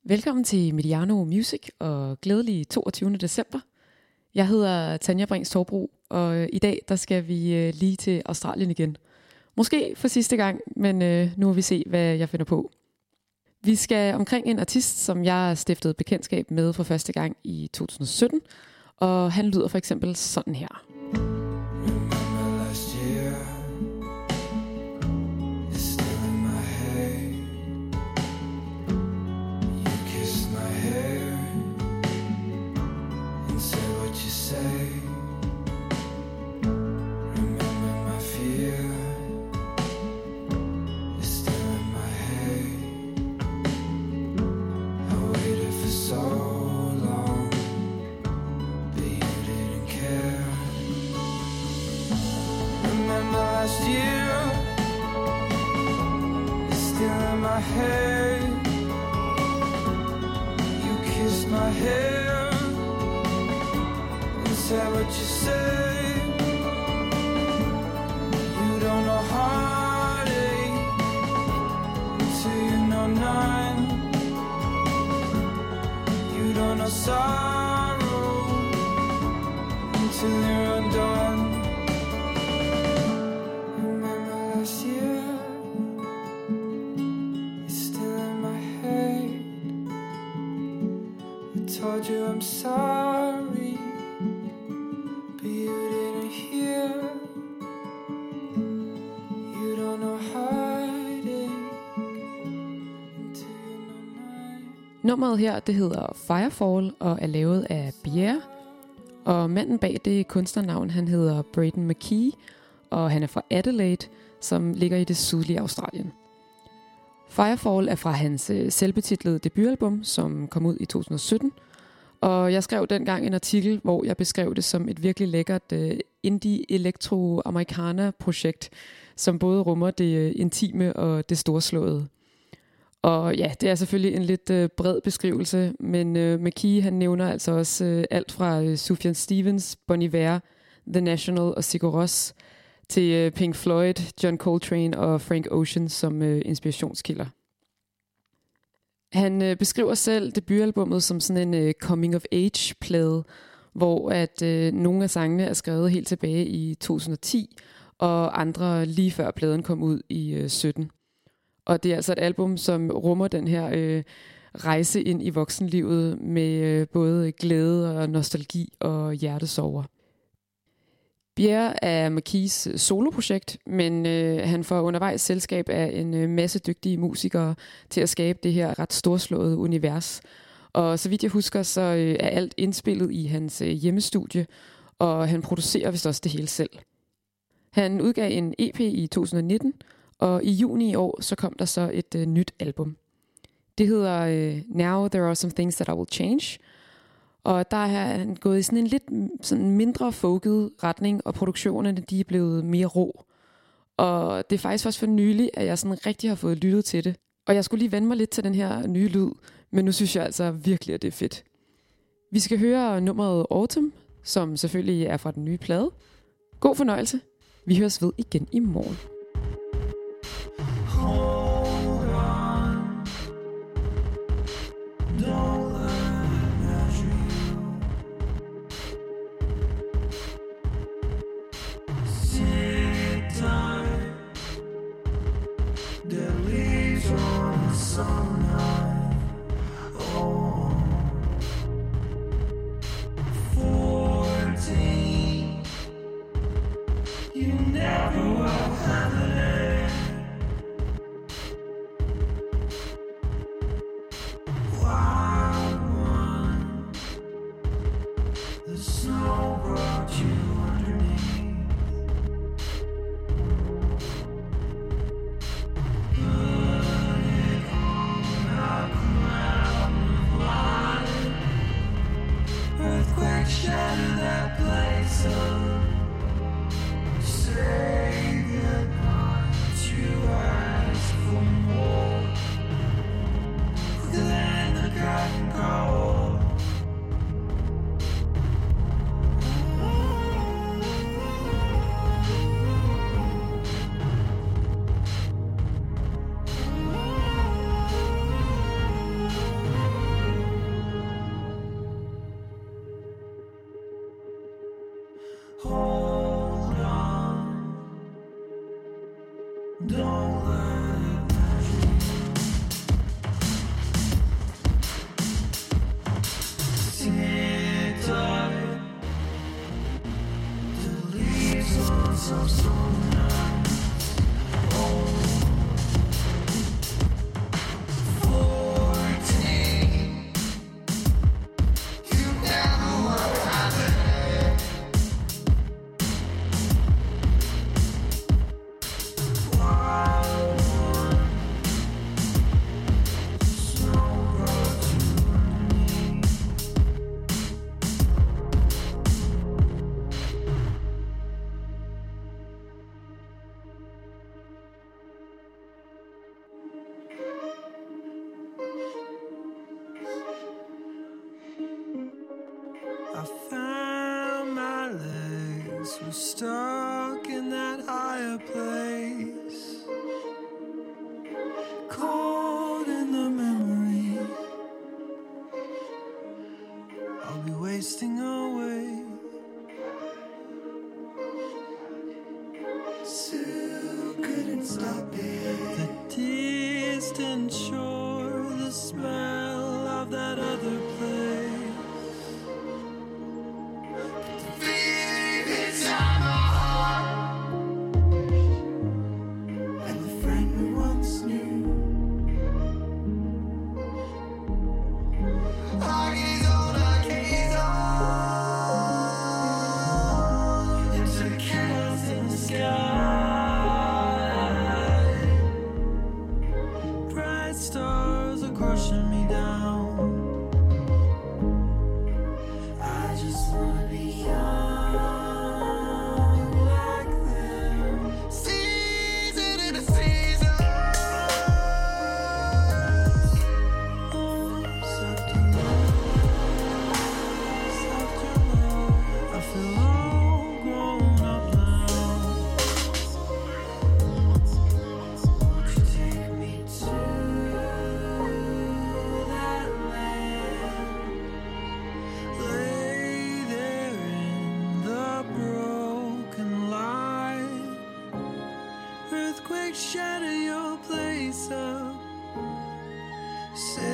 Velkommen til Mediano Music og glædelig 22. december. Jeg hedder Tanja Brings Torbro, og i dag der skal vi lige til Australien igen. Måske for sidste gang, men nu må vi se, hvad jeg finder på. Vi skal omkring en artist, som jeg stiftede bekendtskab med for første gang i 2017, og han lyder for eksempel sådan her. My hair and said what you say. You don't know heartache until you know none. You don't know sorrow until you're undone. Remember last year, it's still in my head. Told you I'm sorry, but you didn't hear. You don't know heartache until you know night. Nummeret her, det hedder Firefall og er lavet af Bjerre. Og manden bag det kunstnernavn, han hedder Braden McKee, og han er fra Adelaide, som ligger i det sydlige Australien. Firefall er fra hans selvbetitlede debutalbum, som kom ud i 2017. Og jeg skrev dengang en artikel, hvor jeg beskrev det som et virkelig lækkert indie-elektro-americana-projekt, som både rummer det intime og det storslåede. Og ja, det er selvfølgelig en lidt bred beskrivelse, men McKee han nævner altså også alt fra Sufjan Stevens, Bon Iver, The National og Sigur Rós til Pink Floyd, John Coltrane og Frank Ocean som inspirationskilder. Han beskriver selv debutalbummet som sådan en coming-of-age-plade, hvor at nogle af sangene er skrevet helt tilbage i 2010, og andre lige før pladen kom ud i 17. Og det er altså et album, som rummer den her rejse ind i voksenlivet med både glæde og nostalgi og hjertesorger. Bjerre er McKees soloprojekt, men han får undervejs selskab af en masse dygtige musikere til at skabe det her ret storslåede univers. Og så vidt jeg husker, så er alt indspillet i hans hjemmestudie, og han producerer vist også det hele selv. Han udgav en EP i 2019, og i juni i år så kom der så et nyt album. Det hedder Now There Are Some Things That I Will Change. Og der er han gået i sådan en lidt sådan mindre folket retning, og produktionerne de er blevet mere rå. Og det er faktisk først for nylig, at jeg sådan rigtig har fået lyttet til det. Og jeg skulle lige vende mig lidt til den her nye lyd, men nu synes jeg altså virkelig, at det er fedt. Vi skal høre nummeret Autumn, som selvfølgelig er fra den nye plade. God fornøjelse. Vi høres ved igen i morgen. Shatter that place of say Don't let it sit tight. The leaves on some stone. I found my legs were stuck in that higher place, caught in the memory. I'll be wasting away. Still couldn't stop it. The distant shore, the smell of that other place. Stars are crushing me down. I just wanna be young like them. Season in a season. Sucked in love, sucked in love. I feel all grown up now. Won't you take me to shatter your place up. Say